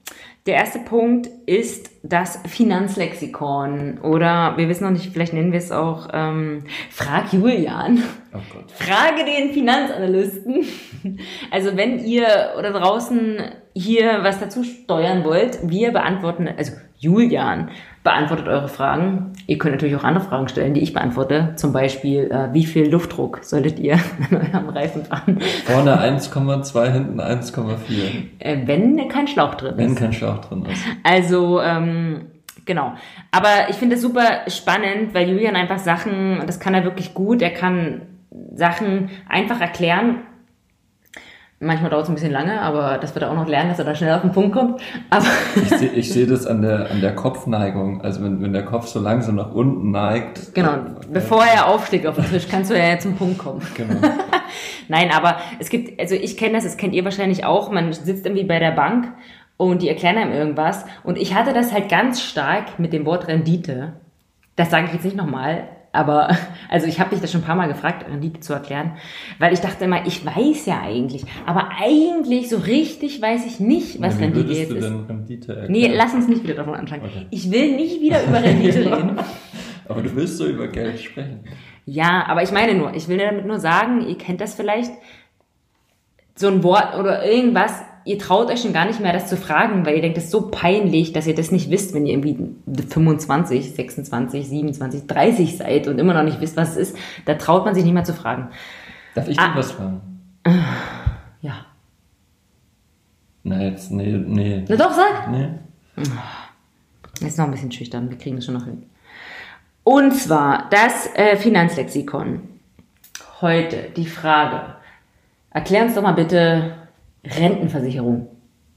Der erste Punkt ist das Finanzlexikon. Oder wir wissen noch nicht, vielleicht nennen wir es auch Frag Julian. Oh Gott. Frage den Finanzanalysten. Also wenn ihr oder draußen hier was dazu steuern wollt, wir beantworten, also Julian beantwortet eure Fragen. Ihr könnt natürlich auch andere Fragen stellen, die ich beantworte. Zum Beispiel, wie viel Luftdruck solltet ihr an eurem Reifen fahren? Vorne 1,2, hinten 1,4. Wenn kein Schlauch drin ist. Wenn kein Schlauch drin ist. Also, genau. Aber ich finde es super spannend, weil Julian einfach Sachen, das kann er wirklich gut, er kann Sachen einfach erklären. Manchmal dauert es ein bisschen lange, aber das wird er auch noch lernen, dass er da schnell auf den Punkt kommt. Aber ich sehe das an der Kopfneigung. Also wenn der Kopf so langsam nach unten neigt. Genau, bevor er aufsteht auf den Tisch, kannst du ja zum Punkt kommen. Genau. Nein, aber es gibt, also ich kenne das kennt ihr wahrscheinlich auch, man sitzt irgendwie bei der Bank und die erklären einem irgendwas. Und ich hatte das halt ganz stark mit dem Wort Rendite. Das sage ich jetzt nicht nochmal. Aber, also ich habe dich das schon ein paar Mal gefragt, Rendite zu erklären, weil ich dachte immer, ich weiß ja eigentlich, aber eigentlich so richtig weiß ich nicht, was Rendite jetzt ist. Rendite erklären? Nee, lass uns nicht wieder davon anfangen. Okay. Ich will nicht wieder über Rendite reden. Aber du willst so über Geld sprechen. Ja, aber ich meine nur, ich will damit nur sagen, ihr kennt das vielleicht, so ein Wort oder irgendwas, ihr traut euch schon gar nicht mehr, das zu fragen, weil ihr denkt, das ist so peinlich, dass ihr das nicht wisst, wenn ihr irgendwie 25, 26, 27, 30 seid und immer noch nicht wisst, was es ist. Da traut man sich nicht mehr zu fragen. Darf ich dir was fragen? Ja. Na jetzt, nee. Na doch, sag! Nee. Ist noch ein bisschen schüchtern, wir kriegen das schon noch hin. Und zwar das Finanzlexikon. Heute die Frage. Erklär uns doch mal bitte Rentenversicherung.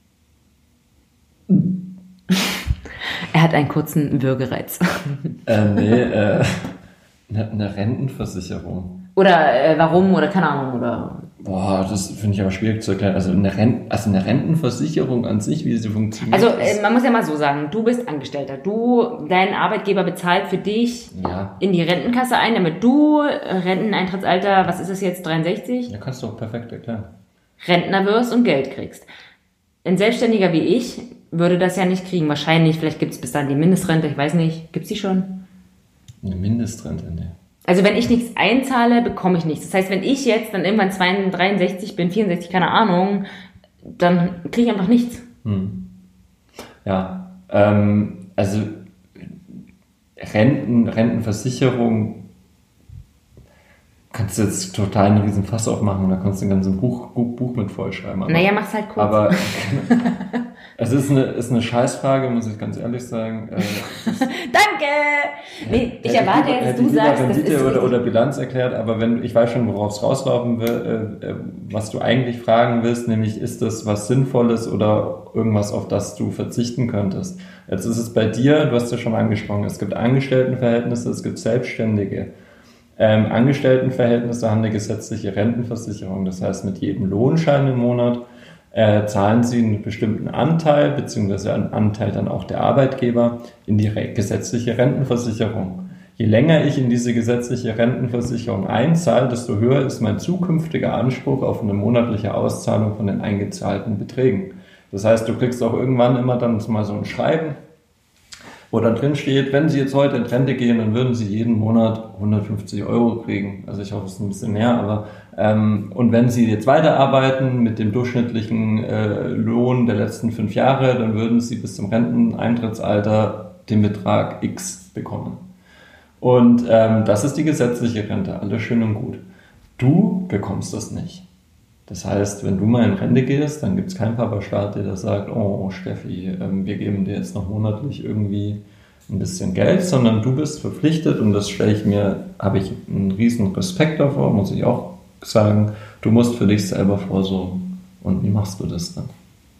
Er hat einen kurzen Würgereiz. Eine Rentenversicherung. Oder warum oder keine Ahnung. Oder Boah, das finde ich aber schwierig zu erklären. Also eine Rentenversicherung an sich, wie sie funktioniert. Also man muss ja mal so sagen, du bist Angestellter. Dein Arbeitgeber bezahlt für dich in die Rentenkasse ein, damit du Renteneintrittsalter, was ist es jetzt, 63? Ja, kannst du auch perfekt erklären. Rentner wirst und Geld kriegst. Ein Selbstständiger wie ich würde das ja nicht kriegen. Wahrscheinlich, vielleicht gibt es bis dann die Mindestrente, ich weiß nicht. Gibt es die schon? Eine Mindestrente, ne. Also wenn ich nichts einzahle, bekomme ich nichts. Das heißt, wenn ich jetzt dann irgendwann 63 bin, 64, keine Ahnung, dann kriege ich einfach nichts. Ja, also Rentenversicherung kannst du jetzt total einen riesen Fass aufmachen, da kannst du ein ganzes Buch mit vollschreiben. Naja, mach's halt kurz. Aber es ist eine Scheißfrage, muss ich ganz ehrlich sagen. Danke! Nee, ich erwarte jetzt, dass du sagst, das ist Rendite oder Bilanz erklärt, aber ich weiß schon, worauf es rauslaufen will, was du eigentlich fragen willst, nämlich ist das was Sinnvolles oder irgendwas, auf das du verzichten könntest. Jetzt ist es bei dir, du hast ja schon angesprochen, es gibt Angestelltenverhältnisse, es gibt Selbstständige. Angestelltenverhältnisse haben eine gesetzliche Rentenversicherung. Das heißt, mit jedem Lohnschein im Monat zahlen sie einen bestimmten Anteil, beziehungsweise einen Anteil dann auch der Arbeitgeber, in die gesetzliche Rentenversicherung. Je länger ich in diese gesetzliche Rentenversicherung einzahle, desto höher ist mein zukünftiger Anspruch auf eine monatliche Auszahlung von den eingezahlten Beträgen. Das heißt, du kriegst auch irgendwann immer dann mal so ein Schreiben, wo dann drin steht, wenn Sie jetzt heute in Rente gehen, dann würden Sie jeden Monat 150 € kriegen. Also ich hoffe, es ist ein bisschen mehr, aber und wenn Sie jetzt weiterarbeiten mit dem durchschnittlichen Lohn der letzten 5 Jahre, dann würden Sie bis zum Renteneintrittsalter den Betrag X bekommen. Und das ist die gesetzliche Rente, alles schön und gut. Du bekommst das nicht. Das heißt, wenn du mal in Rente gehst, dann gibt es keinen Papa-Staat, der da sagt, oh Steffi, wir geben dir jetzt noch monatlich irgendwie ein bisschen Geld, sondern du bist verpflichtet, und das habe ich einen riesen Respekt davor, muss ich auch sagen, du musst für dich selber vorsorgen. Und wie machst du das dann?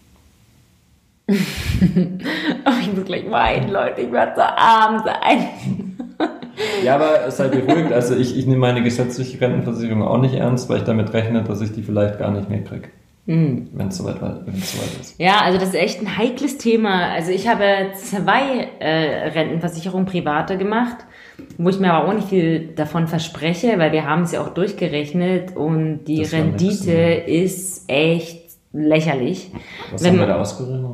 Oh, ich muss gleich weinen, Leute, ich werde so arm sein. Ja, aber sei beruhigt, also ich nehme meine gesetzliche Rentenversicherung auch nicht ernst, weil ich damit rechne, dass ich die vielleicht gar nicht mehr kriege, wenn es soweit ist. Ja, also das ist echt ein heikles Thema. Also ich habe 2 Rentenversicherungen private gemacht, wo ich mir aber auch nicht viel davon verspreche, weil wir haben es ja auch durchgerechnet und die Rendite ist echt lächerlich. Was haben wir da ausgerechnet?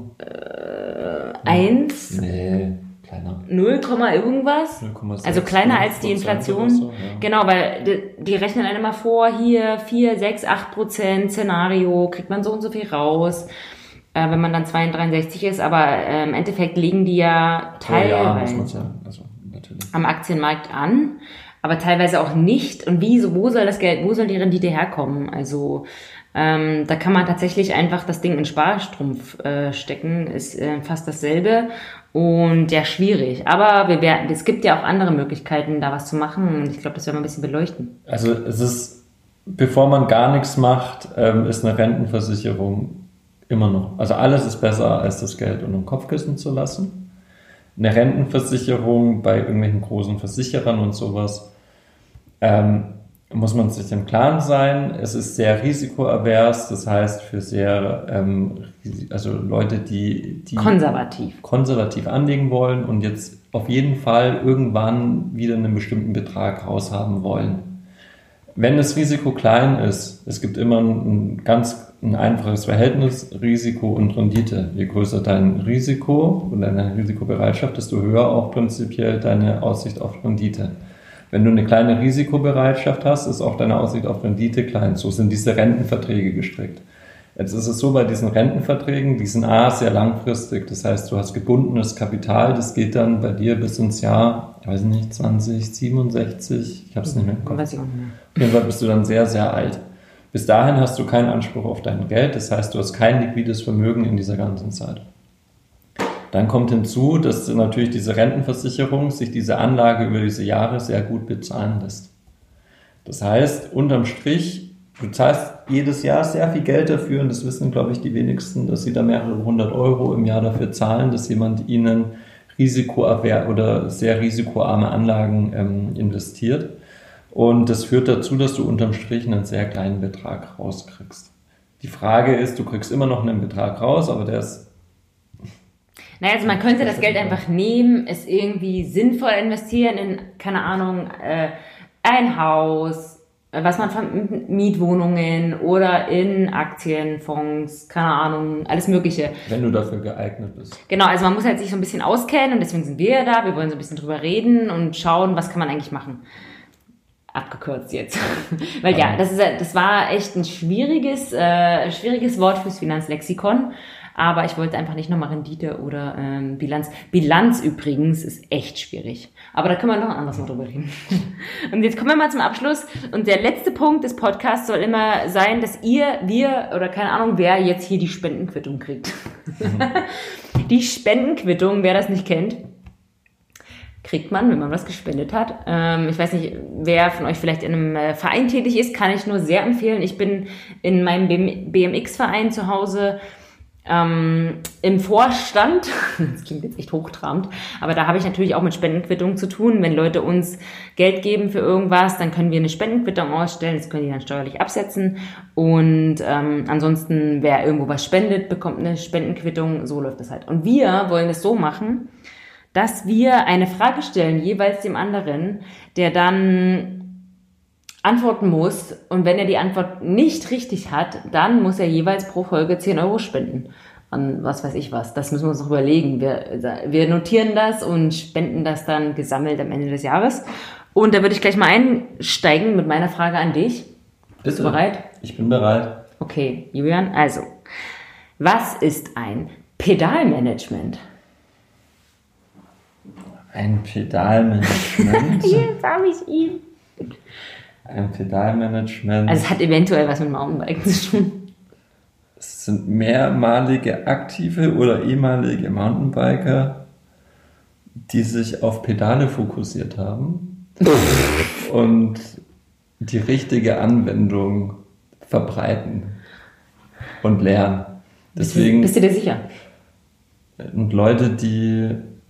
1? Nee, kleiner. 0, irgendwas? 0,6, also kleiner als die Inflation. So, ja. Genau, weil die rechnen dann immer vor, hier 4, 6, 8% Szenario, kriegt man so und so viel raus, wenn man dann 62 ist. Aber im Endeffekt legen die ja teilweise muss man sagen. Also, natürlich. Am Aktienmarkt an, aber teilweise auch nicht. Und wo soll das Geld, wo soll die Rendite herkommen? Also da kann man tatsächlich einfach das Ding in Sparstrumpf stecken, ist fast dasselbe und ja, schwierig. Aber es gibt ja auch andere Möglichkeiten, da was zu machen und ich glaube, das werden wir ein bisschen beleuchten. Also es ist, bevor man gar nichts macht, ist eine Rentenversicherung immer noch, also alles ist besser, als das Geld unter dem Kopfkissen zu lassen. Eine Rentenversicherung bei irgendwelchen großen Versicherern und sowas, muss man sich im Klaren sein, es ist sehr risikoavers, das heißt für sehr, also Leute, die konservativ anlegen wollen und jetzt auf jeden Fall irgendwann wieder einen bestimmten Betrag raushaben wollen. Wenn das Risiko klein ist, es gibt immer ein einfaches Verhältnis Risiko und Rendite. Je größer dein Risiko und deine Risikobereitschaft, desto höher auch prinzipiell deine Aussicht auf Rendite. Wenn du eine kleine Risikobereitschaft hast, ist auch deine Aussicht auf Rendite klein. So sind diese Rentenverträge gestrickt. Jetzt ist es so, bei diesen Rentenverträgen, die sind sehr langfristig. Das heißt, du hast gebundenes Kapital, das geht dann bei dir bis ins Jahr, ich weiß nicht, 2067, ich habe es nicht mehr im Kopf. Weiß ich auch nicht mehr. Auf jeden Fall bist du dann sehr, sehr alt. Bis dahin hast du keinen Anspruch auf dein Geld, das heißt, du hast kein liquides Vermögen in dieser ganzen Zeit. Dann kommt hinzu, dass natürlich diese Rentenversicherung sich diese Anlage über diese Jahre sehr gut bezahlen lässt. Das heißt, unterm Strich, du zahlst jedes Jahr sehr viel Geld dafür und das wissen, glaube ich, die wenigsten, dass sie da mehrere 100 Euro im Jahr dafür zahlen, dass jemand ihnen risikoavers oder sehr risikoarme Anlagen investiert. Und das führt dazu, dass du unterm Strich einen sehr kleinen Betrag rauskriegst. Die Frage ist, du kriegst immer noch einen Betrag raus, aber der ist... Naja, also man könnte das Geld einfach nehmen, es irgendwie sinnvoll investieren in, keine Ahnung, ein Haus, was man von Mietwohnungen oder in Aktienfonds, keine Ahnung, alles Mögliche. Wenn du dafür geeignet bist. Genau, also man muss halt sich so ein bisschen auskennen und deswegen sind wir ja da, wir wollen so ein bisschen drüber reden und schauen, was kann man eigentlich machen. Abgekürzt jetzt. Weil ja, das war echt ein schwieriges Wort fürs Finanzlexikon. Aber ich wollte einfach nicht nochmal Rendite oder Bilanz. Bilanz übrigens ist echt schwierig. Aber da können wir noch ein anderes Mal drüber reden. Und jetzt kommen wir mal zum Abschluss. Und der letzte Punkt des Podcasts soll immer sein, dass wir oder keine Ahnung, wer jetzt hier die Spendenquittung kriegt. Die Spendenquittung, wer das nicht kennt, kriegt man, wenn man was gespendet hat. Ich weiß nicht, wer von euch vielleicht in einem Verein tätig ist, kann ich nur sehr empfehlen. Ich bin in meinem BMX-Verein zu Hause im Vorstand, das klingt jetzt echt hochtrabend, aber da habe ich natürlich auch mit Spendenquittungen zu tun. Wenn Leute uns Geld geben für irgendwas, dann können wir eine Spendenquittung ausstellen, das können die dann steuerlich absetzen und ansonsten, wer irgendwo was spendet, bekommt eine Spendenquittung, so läuft das halt. Und wir wollen es so machen, dass wir eine Frage stellen, jeweils dem anderen, der dann antworten muss und wenn er die Antwort nicht richtig hat, dann muss er jeweils pro Folge 10 Euro spenden. An was weiß ich was. Das müssen wir uns noch überlegen. Wir notieren das und spenden das dann gesammelt am Ende des Jahres. Und da würde ich gleich mal einsteigen mit meiner Frage an dich. Bist du bereit? Ich bin bereit. Okay, Julian, also, was ist ein Pedalmanagement? Ein Pedalmanagement? Jetzt habe ich ihn. Ein Pedalmanagement. Also es hat eventuell was mit Mountainbiken zu tun. Es sind mehrmalige aktive oder ehemalige Mountainbiker, die sich auf Pedale fokussiert haben und die richtige Anwendung verbreiten und lernen. Deswegen, bist du dir sicher? Und Leute, die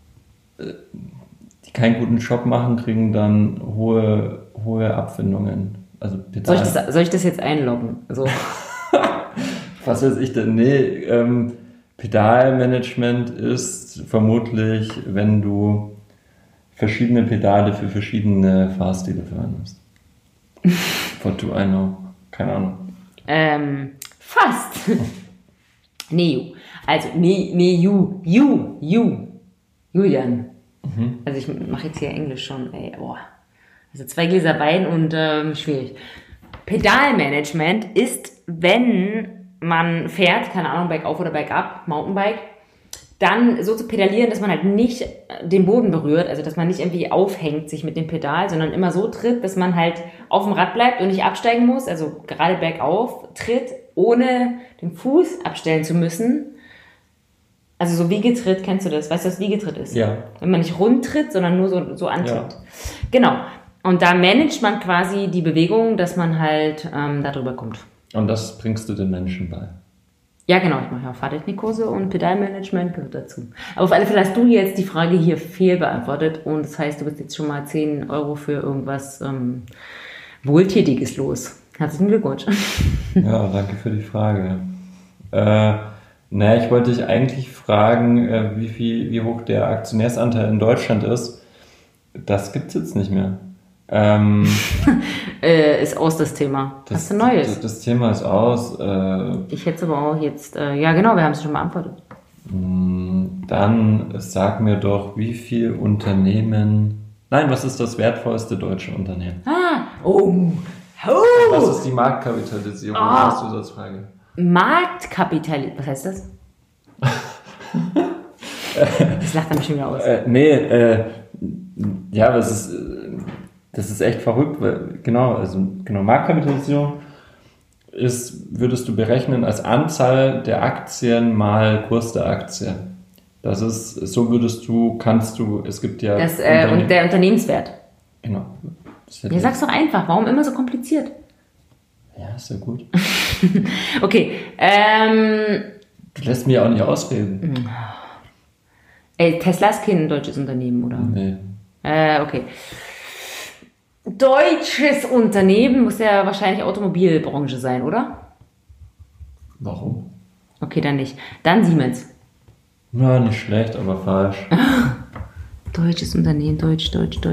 keinen guten Job machen, kriegen dann hohe Abfindungen. Also soll ich das jetzt einloggen? So. Was weiß ich denn? Nee, Pedalmanagement ist vermutlich, wenn du verschiedene Pedale für verschiedene Fahrstile verwendest. What do I know? Keine Ahnung. Fast. Neu. Also, Julian. Also ich mache jetzt hier Englisch schon, ey, boah. Also 2 Gläser Wein und schwierig. Pedalmanagement ist, wenn man fährt, keine Ahnung, bergauf oder bergab, Mountainbike, dann so zu pedalieren, dass man halt nicht den Boden berührt, also dass man nicht irgendwie aufhängt sich mit dem Pedal, sondern immer so tritt, dass man halt auf dem Rad bleibt und nicht absteigen muss, also gerade bergauf tritt, ohne den Fuß abstellen zu müssen. Also so Wiegetritt, kennst du das? Weißt du, was Wiegetritt ist? Ja. Wenn man nicht rund tritt, sondern nur so antritt. Ja. Genau. Und da managt man quasi die Bewegung, dass man halt da drüber kommt. Und das bringst du den Menschen bei? Ja, genau. Ich mache ja Fahrtechnikkurse und Pedalmanagement gehört dazu. Aber auf alle Fälle hast du jetzt die Frage hier fehl beantwortet und das heißt, du bist jetzt schon mal 10 Euro für irgendwas Wohltätiges los. Herzlichen Glückwunsch. Ja, danke für die Frage. Ich wollte dich eigentlich fragen, wie hoch der Aktionärsanteil in Deutschland ist. Das gibt es jetzt nicht mehr. Ist aus das Thema. Hast du Neues? Das Thema ist aus. Ich hätte es aber auch jetzt, ja genau, wir haben es schon beantwortet. Dann sag mir doch, wie viel was ist das wertvollste deutsche Unternehmen? Was ist die Marktkapitalisierung? Hast du das Frage? Marktkapitalisierung, was heißt das? Das lacht dann schon wieder aus. Das ist echt verrückt, weil Marktkapitalisierung würdest du berechnen als Anzahl der Aktien mal Kurs der Aktie. Das ist, es gibt ja... und der Unternehmenswert. Genau. Ja, sag's doch einfach, warum immer so kompliziert? Ja, ist ja gut. Okay, du lässt mich auch nicht ausreden. Tesla ist kein deutsches Unternehmen, oder? Nee. Okay. Deutsches Unternehmen muss ja wahrscheinlich Automobilbranche sein, oder? Warum? Okay, dann nicht. Dann Siemens. Ja, nicht schlecht, aber falsch. Deutsches Unternehmen, Deutsch.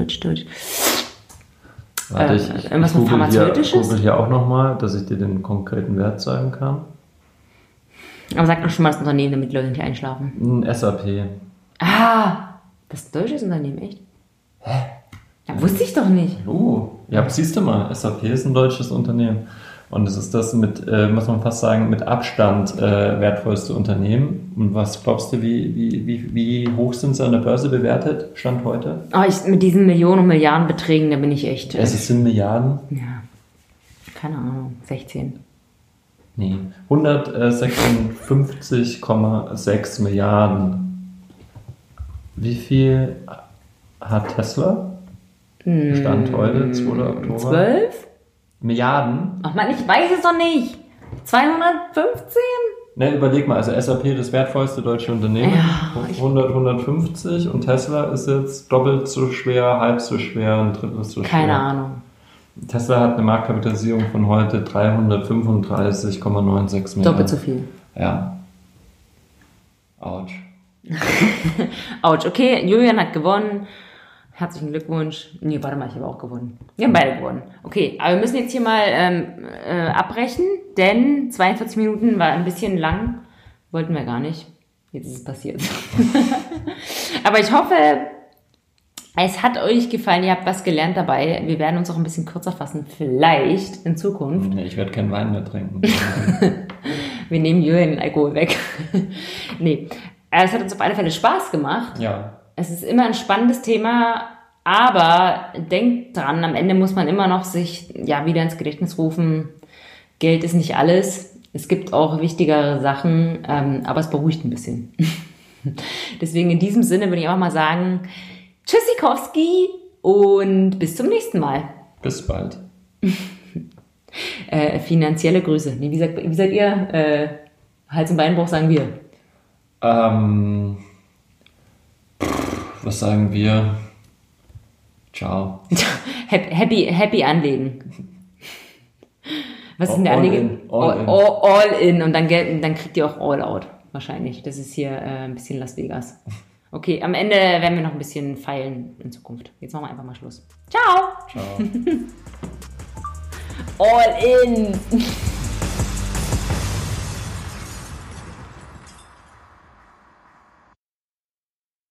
Warte, ich irgendwas mit Pharmazeutisches? Google hier auch nochmal, dass ich dir den konkreten Wert sagen kann. Aber sag doch schon mal das Unternehmen, damit die Leute nicht einschlafen. SAP. Das ist ein deutsches Unternehmen, echt? Hä? Ja, wusste ich doch nicht. Ja, siehst du mal, SAP ist ein deutsches Unternehmen. Und es ist das muss man fast sagen, mit Abstand wertvollste Unternehmen. Und was glaubst du, wie hoch sind sie an der Börse bewertet, Stand heute? Mit diesen Millionen und Milliardenbeträgen, da bin ich echt... Es sind Milliarden? Ja, keine Ahnung, 16. Nee, 156,6 Milliarden. Wie viel hat Tesla? Stand heute, 2. Oktober. 12? Milliarden? Ach man, ich weiß es doch nicht. 215? Ne, überleg mal, also SAP das wertvollste deutsche Unternehmen. Ja, 150 und Tesla ist jetzt doppelt so schwer, halb so schwer, ein Drittel so schwer. Keine Ahnung. Tesla hat eine Marktkapitalisierung von heute 335,96 Milliarden. Doppelt so viel. Ja. Autsch. Autsch. Okay, Julian hat gewonnen. Herzlichen Glückwunsch. Nee, warte mal, ich habe auch gewonnen. Wir haben beide gewonnen. Okay, aber wir müssen jetzt hier mal abbrechen, denn 42 Minuten war ein bisschen lang. Wollten wir gar nicht. Jetzt ist es passiert. Aber ich hoffe, es hat euch gefallen. Ihr habt was gelernt dabei. Wir werden uns auch ein bisschen kürzer fassen, vielleicht in Zukunft. Nee, ich werde keinen Wein mehr trinken. Wir nehmen Julian den Alkohol weg. Nee, es hat uns auf alle Fälle Spaß gemacht. Ja. Es ist immer ein spannendes Thema, aber denkt dran, am Ende muss man immer noch sich wieder ins Gedächtnis rufen. Geld ist nicht alles. Es gibt auch wichtigere Sachen, aber es beruhigt ein bisschen. Deswegen in diesem Sinne würde ich auch mal sagen, Tschüssikowski und bis zum nächsten Mal. Bis bald. Finanzielle Grüße. Nee, wie seid ihr? Hals- und Beinbruch sagen wir. Was sagen wir? Ciao. Happy anlegen. Was ist denn der Anlegen? All in. Und dann kriegt ihr auch all out. Wahrscheinlich. Das ist hier ein bisschen Las Vegas. Okay, am Ende werden wir noch ein bisschen feilen in Zukunft. Jetzt machen wir einfach mal Schluss. Ciao. Ciao. All in.